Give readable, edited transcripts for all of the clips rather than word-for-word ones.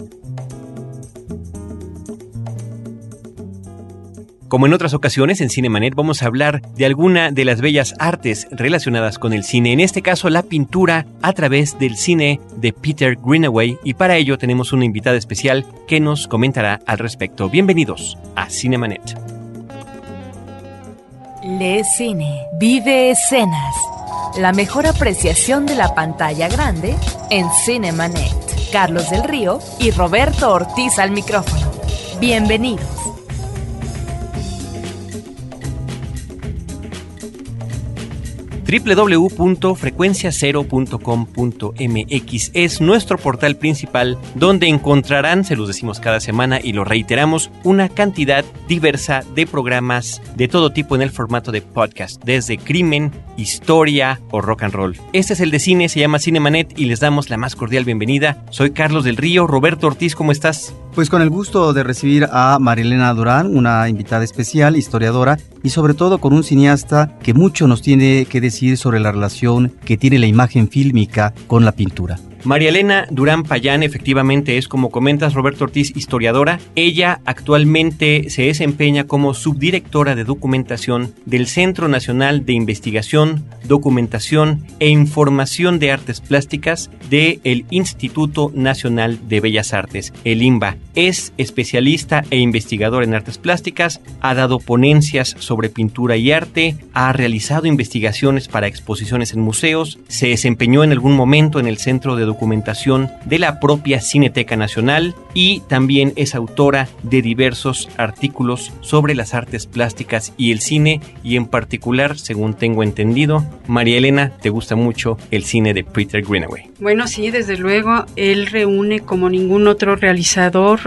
Como en otras ocasiones, en Cinemanet vamos a hablar de alguna de las bellas artes relacionadas con el cine, en este caso la pintura a través del cine de Peter Greenaway, y para ello tenemos una invitada especial que nos comentará al respecto. Bienvenidos a Cinemanet. Lee cine, vive escenas. La mejor apreciación de la pantalla grande en Cinemanet. Carlos del Río y Roberto Ortiz al micrófono. Bienvenidos. www.frecuenciacero.com.mx es nuestro portal principal donde encontrarán, se los decimos cada semana y lo reiteramos, una cantidad diversa de programas de todo tipo en el formato de podcast, desde crimen, historia o rock and roll. Este es el de cine, se llama Cinemanet y les damos la más cordial bienvenida. Soy Carlos del Río. Roberto Ortiz, ¿cómo estás? Pues con el gusto de recibir a Marielena Durán, una invitada especial, historiadora, y sobre todo con un cineasta que mucho nos tiene que decir sobre la relación que tiene la imagen fílmica con la pintura. Marielena Durán Payán efectivamente es, como comentas, Roberto Ortiz, historiadora. Ella actualmente se desempeña como subdirectora de documentación del Centro Nacional de Investigación, Documentación e Información de Artes Plásticas del Instituto Nacional de Bellas Artes, el INBA. Es especialista e investigadora en artes plásticas, ha dado ponencias sobre pintura y arte, ha realizado investigaciones para exposiciones en museos, se desempeñó en algún momento en el Centro de Documentación de la propia Cineteca Nacional y también es autora de diversos artículos sobre las artes plásticas y el cine, y en particular, según tengo entendido, María Elena, te gusta mucho el cine de Peter Greenaway. Bueno, sí, desde luego, él reúne como ningún otro realizador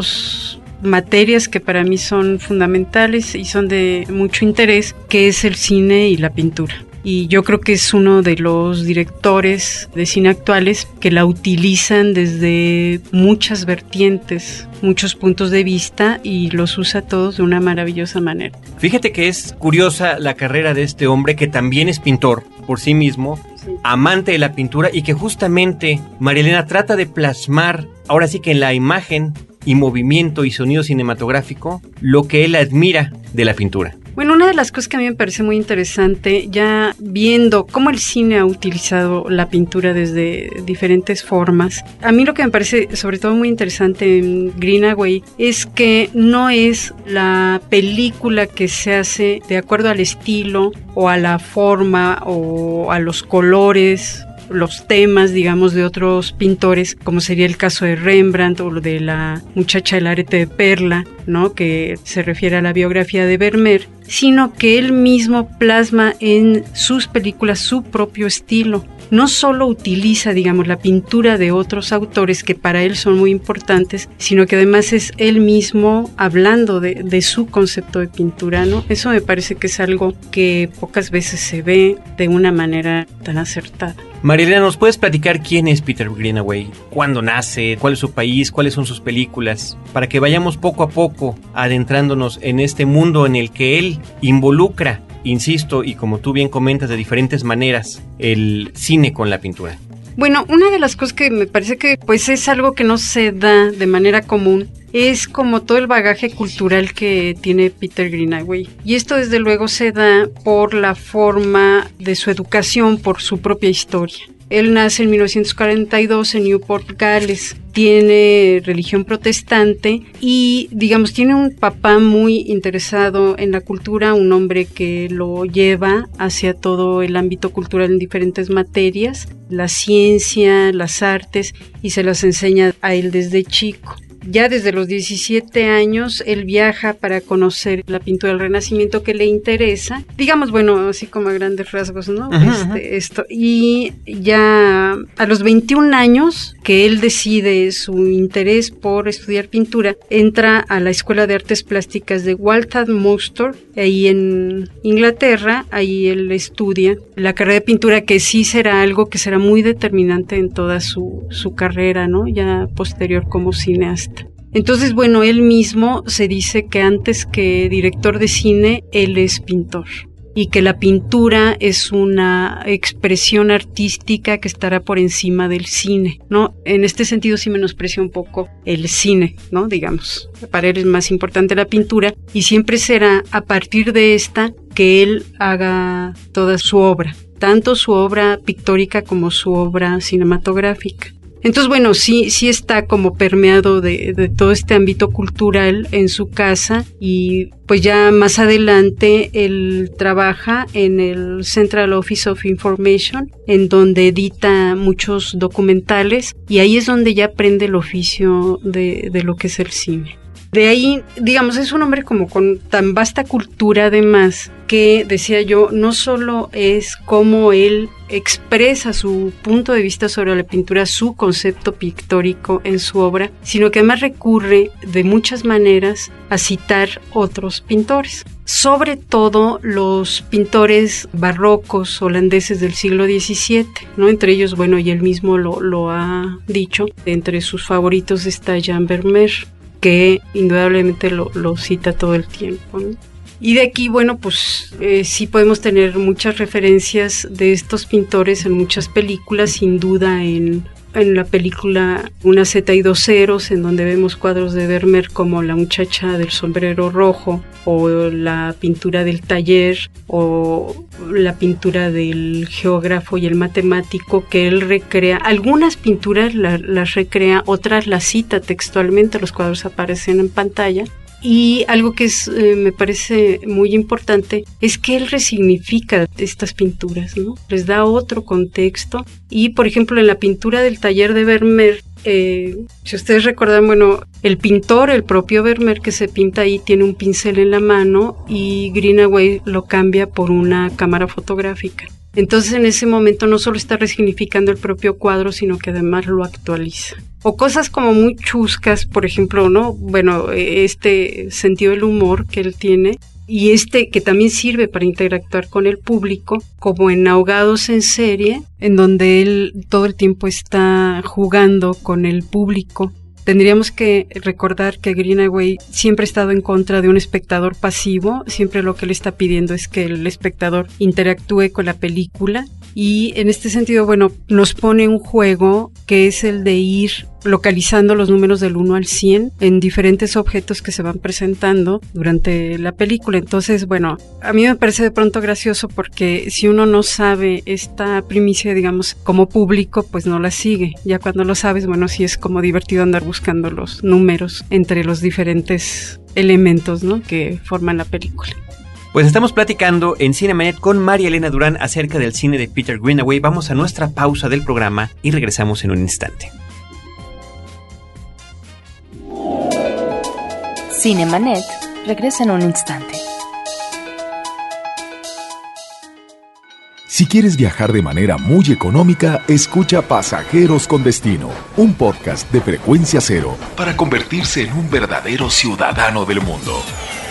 dos materias que para mí son fundamentales y son de mucho interés, que es el cine y la pintura. Y yo creo que es uno de los directores de cine actuales que la utilizan desde muchas vertientes, muchos puntos de vista, y los usa todos de una maravillosa manera. Fíjate que es curiosa la carrera de este hombre, que también es pintor por sí mismo, sí, amante de la pintura, y que justamente Marielena trata de plasmar, ahora sí que en la imagen y movimiento y sonido cinematográfico, lo que él admira de la pintura. Bueno, una de las cosas que a mí me parece muy interesante, ya viendo cómo el cine ha utilizado la pintura desde diferentes formas, a mí lo que me parece sobre todo muy interesante en Greenaway es que no es la película que se hace de acuerdo al estilo o a la forma o a los colores, los temas, digamos, de otros pintores, como sería el caso de Rembrandt o de la muchacha del arete de perla, ¿no?, que se refiere a la biografía de Vermeer, sino que él mismo plasma en sus películas su propio estilo. No solo utiliza, digamos, la pintura de otros autores que para él son muy importantes, sino que además es él mismo hablando de su concepto de pintura, ¿no? Eso me parece que es algo que pocas veces se ve de una manera tan acertada. Marielena, ¿nos puedes platicar quién es Peter Greenaway? ¿Cuándo nace? ¿Cuál es su país? ¿Cuáles son sus películas? Para que vayamos poco a poco adentrándonos en este mundo en el que él involucra, insisto, y como tú bien comentas, de diferentes maneras, el cine con la pintura. Bueno, una de las cosas que me parece que pues es algo que no se da de manera común es como todo el bagaje cultural que tiene Peter Greenaway. Y esto desde luego se da por la forma de su educación, por su propia historia. Él nace en 1942 en Newport, Gales. Tiene religión protestante y, digamos, tiene un papá muy interesado en la cultura, un hombre que lo lleva hacia todo el ámbito cultural en diferentes materias, la ciencia, las artes, y se las enseña a él desde chico. Ya desde los 17 años, él viaja para conocer la pintura del Renacimiento que le interesa. Digamos, bueno, así como a grandes rasgos, ¿no? Y ya a los 21 años, que él decide su interés por estudiar pintura, entra a la Escuela de Artes Plásticas de Waltham-Muster, ahí en Inglaterra. Ahí él estudia la carrera de pintura, que sí será algo que será muy determinante en toda su carrera, ¿no? Ya posterior como cineasta. Entonces, bueno, él mismo se dice que antes que director de cine, él es pintor. y que la pintura es una expresión artística que estará por encima del cine, ¿no? En este sentido sí menosprecia un poco el cine, ¿no? Digamos, para él es más importante la pintura y siempre será a partir de esta que él haga toda su obra, tanto su obra pictórica como su obra cinematográfica. Entonces, bueno, sí está como permeado de todo este ámbito cultural en su casa y pues ya más adelante él trabaja en el Central Office of Information, en donde edita muchos documentales y ahí es donde ya aprende el oficio de lo que es el cine. De ahí, digamos, es un hombre como con tan vasta cultura además que, decía yo, no solo es cómo él expresa su punto de vista sobre la pintura, su concepto pictórico en su obra, sino que además recurre de muchas maneras a citar otros pintores. Sobre todo los pintores barrocos holandeses del siglo XVII, ¿no? Entre ellos, bueno, y él mismo lo ha dicho, entre sus favoritos está Jan Vermeer, que indudablemente lo cita todo el tiempo, ¿no? Y de aquí, bueno, pues sí podemos tener muchas referencias de estos pintores en muchas películas, sin duda en la película Una Z y dos ceros, en donde vemos cuadros de Vermeer como La muchacha del sombrero rojo, o la pintura del taller, o la pintura del geógrafo y el matemático, que él recrea. Algunas pinturas las recrea, otras las cita textualmente, los cuadros aparecen en pantalla. Y algo que me parece muy importante es que él resignifica estas pinturas, ¿no? Les da otro contexto. Y, por ejemplo, en la pintura del taller de Vermeer, si ustedes recuerdan, bueno, el pintor, el propio Vermeer que se pinta ahí, tiene un pincel en la mano y Greenaway lo cambia por una cámara fotográfica. Entonces, en ese momento no solo está resignificando el propio cuadro, sino que además lo actualiza. O cosas como muy chuscas, por ejemplo, ¿no? Bueno, este sentido del humor que él tiene y que también sirve para interactuar con el público, como en Ahogados en serie, en donde él todo el tiempo está jugando con el público. Tendríamos que recordar que Greenaway siempre ha estado en contra de un espectador pasivo, siempre lo que él está pidiendo es que el espectador interactúe con la película y en este sentido, bueno, nos pone un juego que es el de ir localizando los números del 1 al 100 en diferentes objetos que se van presentando durante la película. Entonces, bueno, a mí me parece de pronto gracioso porque si uno no sabe esta primicia, digamos, como público, pues no la sigue. Ya cuando lo sabes, bueno, sí es como divertido andar buscando los números entre los diferentes elementos, ¿no?, que forman la película. Pues estamos platicando en Cinemanet con María Elena Durán acerca del cine de Peter Greenaway. Vamos a nuestra pausa del programa y regresamos en un instante. Cinemanet regresa en un instante. Si quieres viajar de manera muy económica, escucha Pasajeros con Destino, un podcast de Frecuencia Cero para convertirse en un verdadero ciudadano del mundo.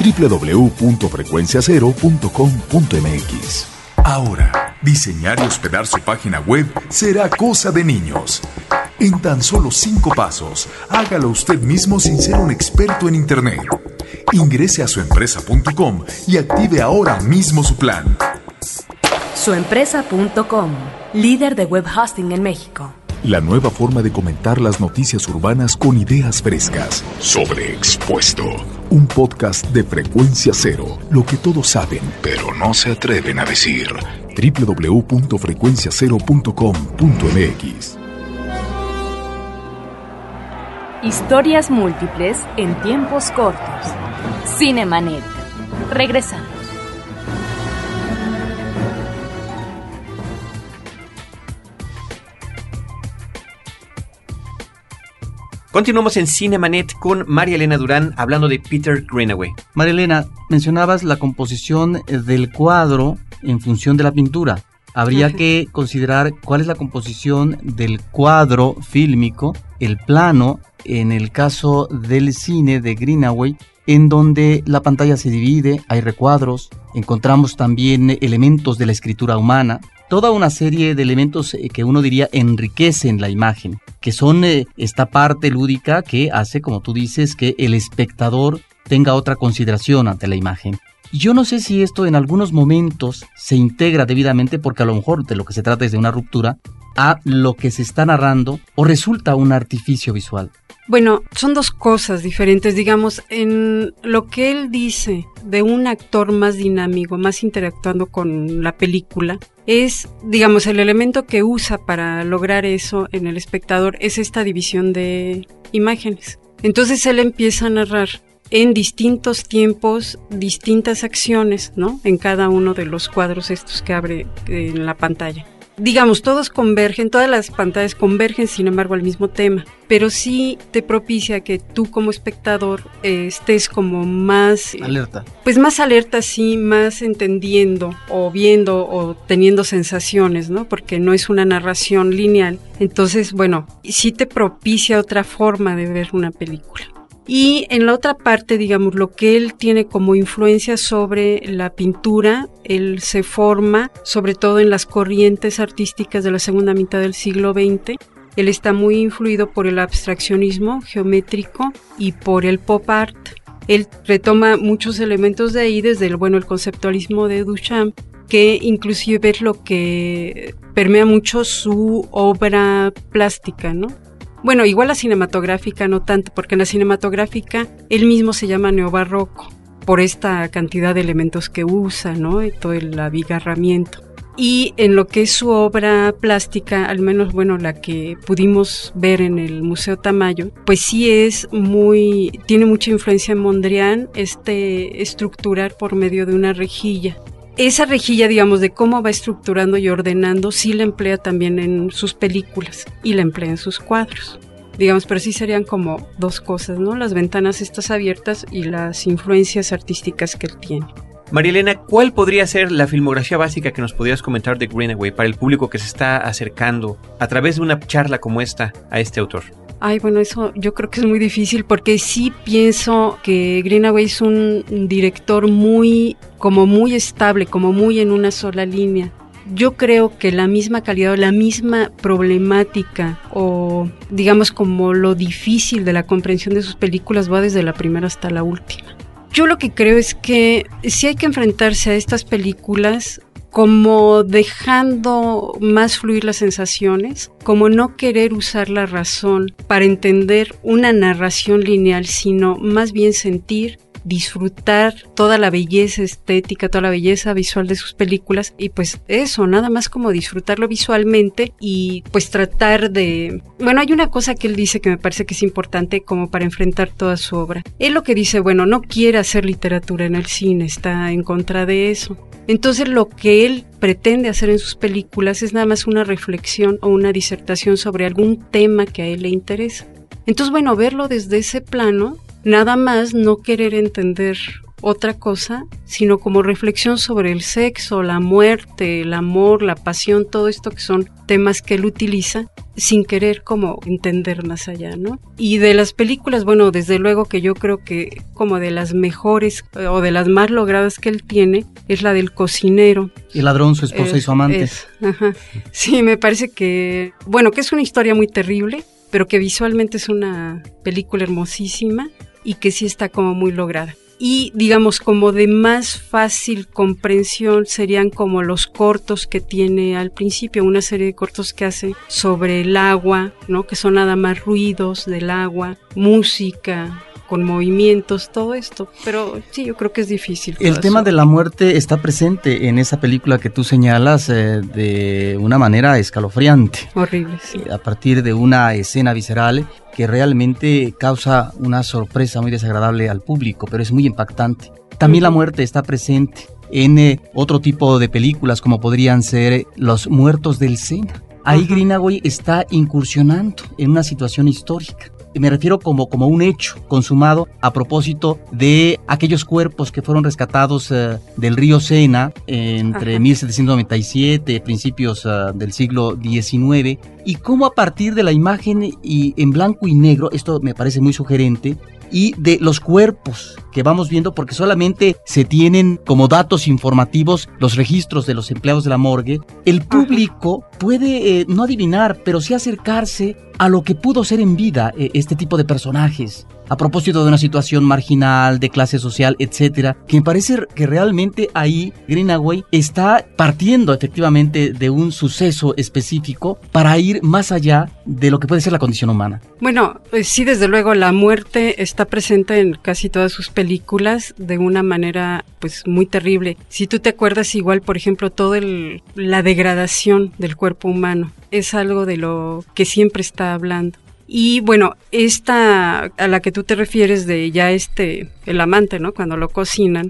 www.frecuenciacero.com.mx. Ahora, diseñar y hospedar su página web será cosa de niños. En tan solo 5 pasos, hágalo usted mismo sin ser un experto en Internet. Ingrese a suempresa.com y active ahora mismo su plan. Suempresa.com, líder de web hosting en México. La nueva forma de comentar las noticias urbanas con ideas frescas. Sobreexpuesto. Un podcast de Frecuencia Cero. Lo que todos saben, pero no se atreven a decir. www.frecuenciacero.com.mx. Historias múltiples en tiempos cortos. Cinemanet. Regresamos. Continuamos en Cinemanet con María Elena Durán hablando de Peter Greenaway. María Elena, mencionabas la composición del cuadro en función de la pintura. Habría que considerar cuál es la composición del cuadro fílmico, el plano, en el caso del cine de Greenaway, en donde la pantalla se divide, hay recuadros, encontramos también elementos de la escritura humana, toda una serie de elementos que uno diría enriquecen la imagen, que son esta parte lúdica que hace, como tú dices, que el espectador tenga otra consideración ante la imagen. Yo no sé si esto en algunos momentos se integra debidamente, porque a lo mejor de lo que se trata es de una ruptura a lo que se está narrando, o resulta un artificio visual. Bueno, son dos cosas diferentes, digamos, en lo que él dice de un actor más dinámico, más interactuando con la película, es, digamos, el elemento que usa para lograr eso en el espectador es esta división de imágenes. Entonces él empieza a narrar en distintos tiempos, distintas acciones, ¿no? En cada uno de los cuadros estos que abre en la pantalla. Digamos, todos convergen, todas las pantallas convergen, sin embargo, al mismo tema, pero sí te propicia que tú como espectador estés como más... alerta. Pues más alerta, sí, más entendiendo o viendo o teniendo sensaciones, ¿no? Porque no es una narración lineal. Entonces, bueno, sí te propicia otra forma de ver una película. Y en la otra parte, digamos, lo que él tiene como influencia sobre la pintura, él se forma sobre todo en las corrientes artísticas de la segunda mitad del siglo XX. Él está muy influido por el abstraccionismo geométrico y por el pop art. Él retoma muchos elementos de ahí, desde el conceptualismo de Duchamp, que inclusive es lo que permea mucho su obra plástica, ¿no? Bueno, igual la cinematográfica no tanto, porque en la cinematográfica él mismo se llama neobarroco por esta cantidad de elementos que usa, ¿no? Y todo el abigarramiento. Y en lo que es su obra plástica, al menos, bueno, la que pudimos ver en el Museo Tamayo, pues sí tiene mucha influencia en Mondrian, estructurar por medio de una rejilla. Esa rejilla, digamos, de cómo va estructurando y ordenando, sí la emplea también en sus películas y la emplea en sus cuadros. Digamos, pero sí serían como dos cosas, ¿no? Las ventanas estas abiertas y las influencias artísticas que él tiene. María Elena, ¿cuál podría ser la filmografía básica que nos podrías comentar de Greenaway para el público que se está acercando a través de una charla como esta a este autor? Ay, bueno, eso yo creo que es muy difícil porque sí pienso que Greenaway es un director muy estable, como muy en una sola línea. Yo creo que la misma calidad o la misma problemática o digamos como lo difícil de la comprensión de sus películas va desde la primera hasta la última. Yo lo que creo es que sí hay que enfrentarse a estas películas como dejando más fluir las sensaciones, como no querer usar la razón para entender una narración lineal, sino más bien sentir, disfrutar toda la belleza estética, toda la belleza visual de sus películas y pues eso, nada más como disfrutarlo visualmente y pues tratar de... Bueno, hay una cosa que él dice que me parece que es importante como para enfrentar toda su obra. Él lo que dice, bueno, no quiere hacer literatura en el cine, está en contra de eso. Entonces lo que él pretende hacer en sus películas es nada más una reflexión o una disertación sobre algún tema que a él le interesa. Entonces, bueno, verlo desde ese plano, nada más no querer entender otra cosa, sino como reflexión sobre el sexo, la muerte, el amor, la pasión, todo esto que son temas que él utiliza sin querer como entender más allá, ¿no? Y de las películas, bueno, desde luego que yo creo que como de las mejores o de las más logradas que él tiene es la del cocinero. El ladrón, su esposa y su amante. Ajá. Sí, me parece que, bueno, que es una historia muy terrible, pero que visualmente es una película hermosísima y que sí está como muy lograda. Y digamos como de más fácil comprensión serían como los cortos que tiene al principio, una serie de cortos que hace sobre el agua, ¿no? Que son nada más ruidos del agua, música con movimientos, todo esto, pero sí, yo creo que es difícil. El tema de la muerte está presente en esa película que tú señalas de una manera escalofriante. Horrible, sí. A partir de una escena visceral que realmente causa una sorpresa muy desagradable al público, pero es muy impactante. También la muerte está presente en otro tipo de películas como podrían ser Los muertos del Sena. Ahí Greenaway está incursionando en una situación histórica. Me refiero como un hecho consumado a propósito de aquellos cuerpos que fueron rescatados del río Sena entre 1797, principios del siglo XIX, y cómo a partir de la imagen y en blanco y negro, esto me parece muy sugerente, y de los cuerpos que vamos viendo, porque solamente se tienen como datos informativos los registros de los empleados de la morgue, el público puede no adivinar, pero sí acercarse a lo que pudo ser en vida este tipo de personajes, a propósito de una situación marginal, de clase social, etcétera, que me parece que realmente ahí Greenaway está partiendo efectivamente de un suceso específico para ir más allá de lo que puede ser la condición humana. Bueno, sí, desde luego la muerte está presente en casi todas sus películas de una manera pues muy terrible. Si tú te acuerdas, igual, por ejemplo, toda la degradación del cuerpo humano es algo de lo que siempre está hablando. Y bueno, esta a la que tú te refieres de ya el amante, ¿no? Cuando lo cocinan,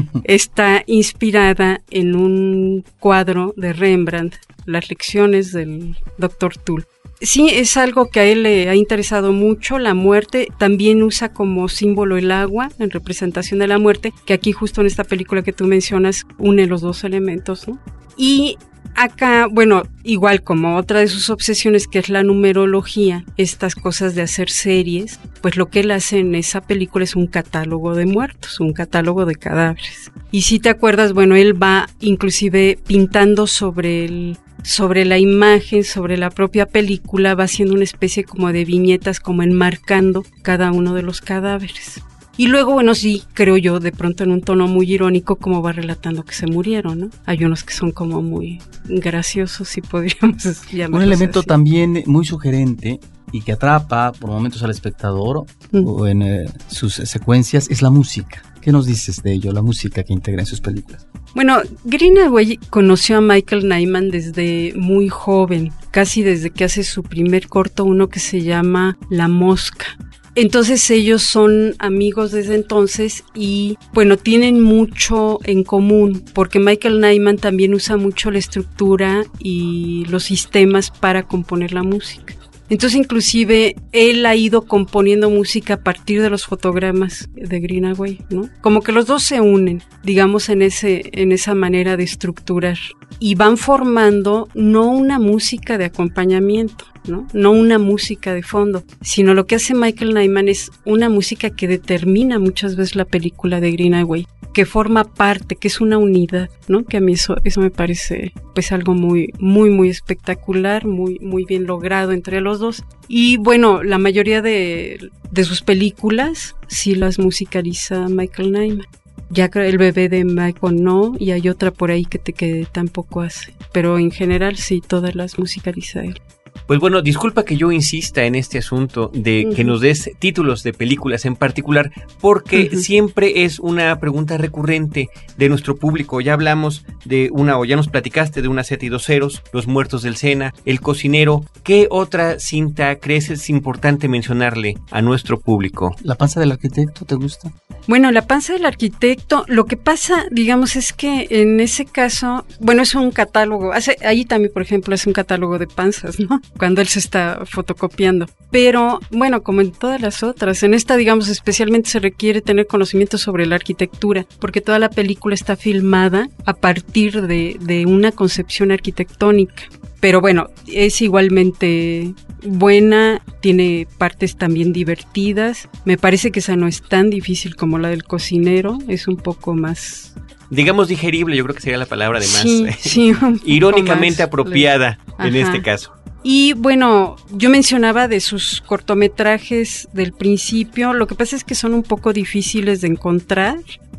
está inspirada en un cuadro de Rembrandt, Las lecciones del Dr. Tull. Sí, es algo que a él le ha interesado mucho, la muerte. También usa como símbolo el agua, en representación de la muerte, que aquí justo en esta película que tú mencionas une los dos elementos, ¿no? Y acá, bueno, igual como otra de sus obsesiones, que es la numerología, estas cosas de hacer series, pues lo que él hace en esa película es un catálogo de muertos, un catálogo de cadáveres. Y si te acuerdas, bueno, él va inclusive pintando sobre la imagen, sobre la propia película, va haciendo una especie como de viñetas, como enmarcando cada uno de los cadáveres. Y luego, bueno, sí, creo yo, de pronto en un tono muy irónico, como va relatando que se murieron, ¿no? Hay unos que son como muy graciosos, si podríamos llamarlos un elemento así. También muy sugerente y que atrapa por momentos al espectador o en sus secuencias es la música. ¿Qué nos dices de ello, la música que integra en sus películas? Bueno, Greenaway conoció a Michael Nyman desde muy joven, casi desde que hace su primer corto, uno que se llama La Mosca. Entonces ellos son amigos desde entonces y bueno, tienen mucho en común porque Michael Nyman también usa mucho la estructura y los sistemas para componer la música. Entonces inclusive él ha ido componiendo música a partir de los fotogramas de Greenaway, ¿no? Como que los dos se unen, digamos, en esa manera de estructurar y van formando no una música de acompañamiento, no una música de fondo, sino lo que hace Michael Nyman es una música que determina muchas veces la película de Greenaway, que forma parte, que es una unidad, ¿no? Que a mí eso me parece pues algo muy, muy, muy espectacular, muy, muy bien logrado entre los dos. Y bueno, la mayoría de sus películas sí las musicaliza Michael Nyman. Ya El bebé de Michael no, y hay otra por ahí que tampoco hace, pero en general sí, todas las musicaliza él. Pues bueno, disculpa que yo insista en este asunto de que nos des títulos de películas en particular, porque siempre es una pregunta recurrente de nuestro público. Ya hablamos de o ya nos platicaste de Una Z y dos ceros, Los muertos del Sena, El cocinero. ¿Qué otra cinta crees es importante mencionarle a nuestro público? ¿La panza del arquitecto te gusta? Bueno, La panza del arquitecto, lo que pasa, digamos, es que en ese caso, bueno, es un catálogo, ahí también, por ejemplo, es un catálogo de panzas, ¿no? Cuando él se está fotocopiando. Pero, bueno, como en todas las otras, en esta, digamos, especialmente se requiere tener conocimiento sobre la arquitectura, porque toda la película está filmada a partir de una concepción arquitectónica. Pero bueno, es igualmente buena, tiene partes también divertidas. Me parece que esa no es tan difícil como la del cocinero, es un poco más... digamos digerible, yo creo que sería la palabra además. Sí, irónicamente apropiada en este caso. Y bueno, yo mencionaba de sus cortometrajes del principio, lo que pasa es que son un poco difíciles de encontrar,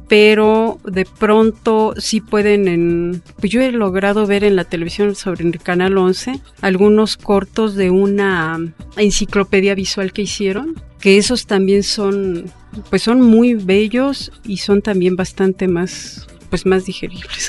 pero de pronto sí pueden pues yo he logrado ver en la televisión sobre el Canal 11 algunos cortos de una enciclopedia visual que hicieron, que esos también son muy bellos y son también bastante más digeribles.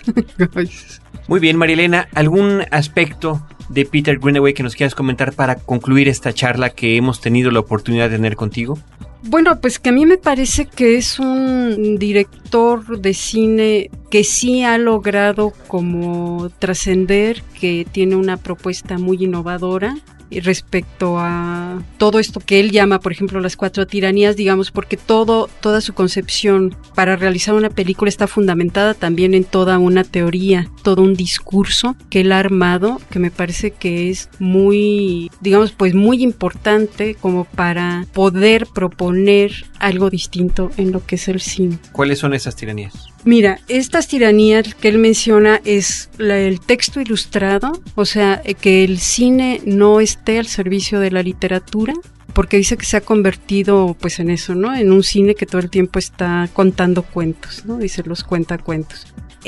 Muy bien, María Elena, ¿algún aspecto de Peter Greenaway que nos quieras comentar para concluir esta charla que hemos tenido la oportunidad de tener contigo? Bueno, pues que a mí me parece que es un director de cine que sí ha logrado como trascender, que tiene una propuesta muy innovadora. respecto a todo esto que él llama, por ejemplo, las 4 tiranías, digamos, porque toda su concepción para realizar una película está fundamentada también en toda una teoría, todo un discurso que él ha armado, que me parece que es muy, digamos, pues muy importante como para poder proponer algo distinto en lo que es el cine. ¿Cuáles son esas tiranías? Mira, estas tiranías que él menciona es el texto ilustrado, o sea, que el cine no esté al servicio de la literatura, porque dice que se ha convertido pues en eso, ¿no? En un cine que todo el tiempo está contando cuentos, ¿no? Dice los cuentacuentos.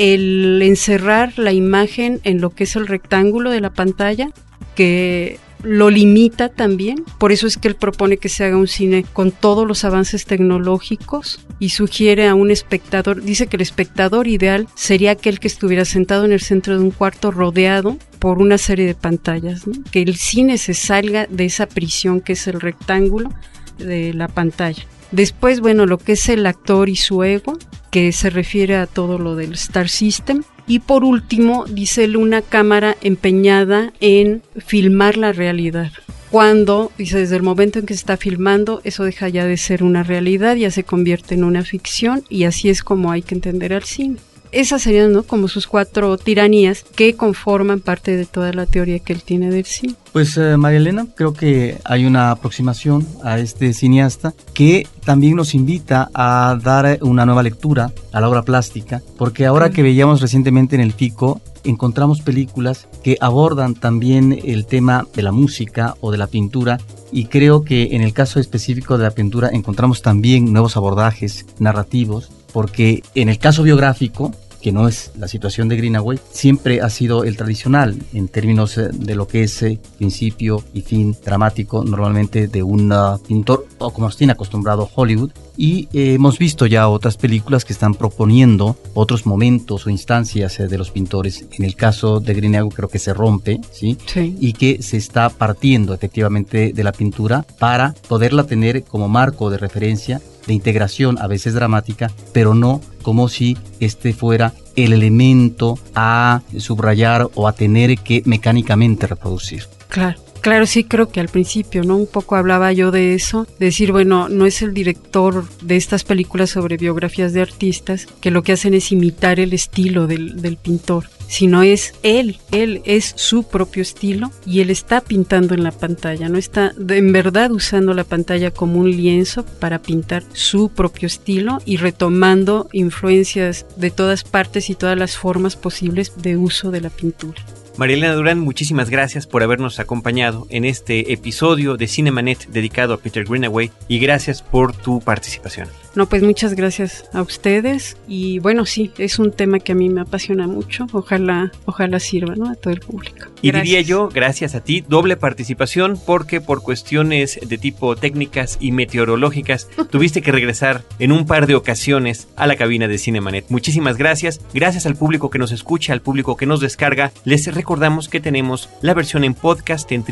El encerrar la imagen en lo que es el rectángulo de la pantalla, que lo limita también, por eso es que él propone que se haga un cine con todos los avances tecnológicos y sugiere a un espectador, dice que el espectador ideal sería aquel que estuviera sentado en el centro de un cuarto rodeado por una serie de pantallas, ¿no? Que el cine se salga de esa prisión que es el rectángulo de la pantalla. Después, bueno, lo que es el actor y su ego, que se refiere a todo lo del Star System. Y por último, dice él, una cámara empeñada en filmar la realidad. Cuando, dice, desde el momento en que se está filmando, eso deja ya de ser una realidad, ya se convierte en una ficción, y así es como hay que entender al cine. Esas serían, ¿no?, como sus 4 tiranías que conforman parte de toda la teoría que él tiene del cine. Pues María Elena, creo que hay una aproximación a este cineasta que también nos invita a dar una nueva lectura a la obra plástica, porque ahora que veíamos recientemente en el Pico, encontramos películas que abordan también el tema de la música o de la pintura, y creo que en el caso específico de la pintura encontramos también nuevos abordajes narrativos, porque en el caso biográfico, que no es la situación de Greenaway, siempre ha sido el tradicional en términos de lo que es principio y fin dramático normalmente de un pintor, o como nos tiene acostumbrado Hollywood, y hemos visto ya otras películas que están proponiendo otros momentos o instancias de los pintores. En el caso de Greenaway creo que se rompe, ¿sí? Sí. Y que se está partiendo efectivamente de la pintura para poderla tener como marco de referencia, de integración a veces dramática, pero no como si este fuera el elemento a subrayar o a tener que mecánicamente reproducir. Claro, sí, creo que al principio, ¿no? Un poco hablaba yo de eso, de decir, bueno, no es el director de estas películas sobre biografías de artistas que lo que hacen es imitar el estilo del pintor, sino es él es su propio estilo y él está pintando en la pantalla, no está en verdad usando la pantalla como un lienzo para pintar su propio estilo y retomando influencias de todas partes y todas las formas posibles de uso de la pintura. María Elena Durán, muchísimas gracias por habernos acompañado en este episodio de Cinemanet dedicado a Peter Greenaway y gracias por tu participación. No, pues muchas gracias a ustedes y bueno, sí, es un tema que a mí me apasiona mucho, ojalá sirva, ¿no?, a todo el público. Y diría yo, gracias a ti, doble participación porque por cuestiones de tipo técnicas y meteorológicas tuviste que regresar en un par de ocasiones a la cabina de Cinemanet. Muchísimas gracias al público que nos escucha, al público que nos descarga. Les recordamos que tenemos la versión en podcast en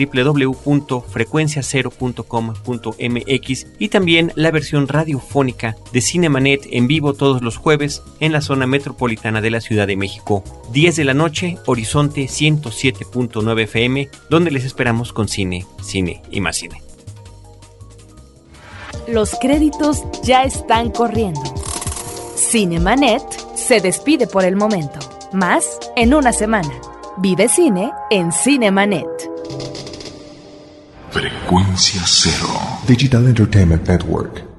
www.frecuenciacero.com.mx y también la versión radiofónica de Cinemanet en vivo todos los jueves en la zona metropolitana de la Ciudad de México. 10 de la noche, Horizonte 107.9 FM, donde les esperamos con cine y más cine. Los créditos ya están corriendo. Cinemanet se despide por el momento. Más en una semana. Vive cine en Cinemanet. Frecuencia Cero. Digital Entertainment Network.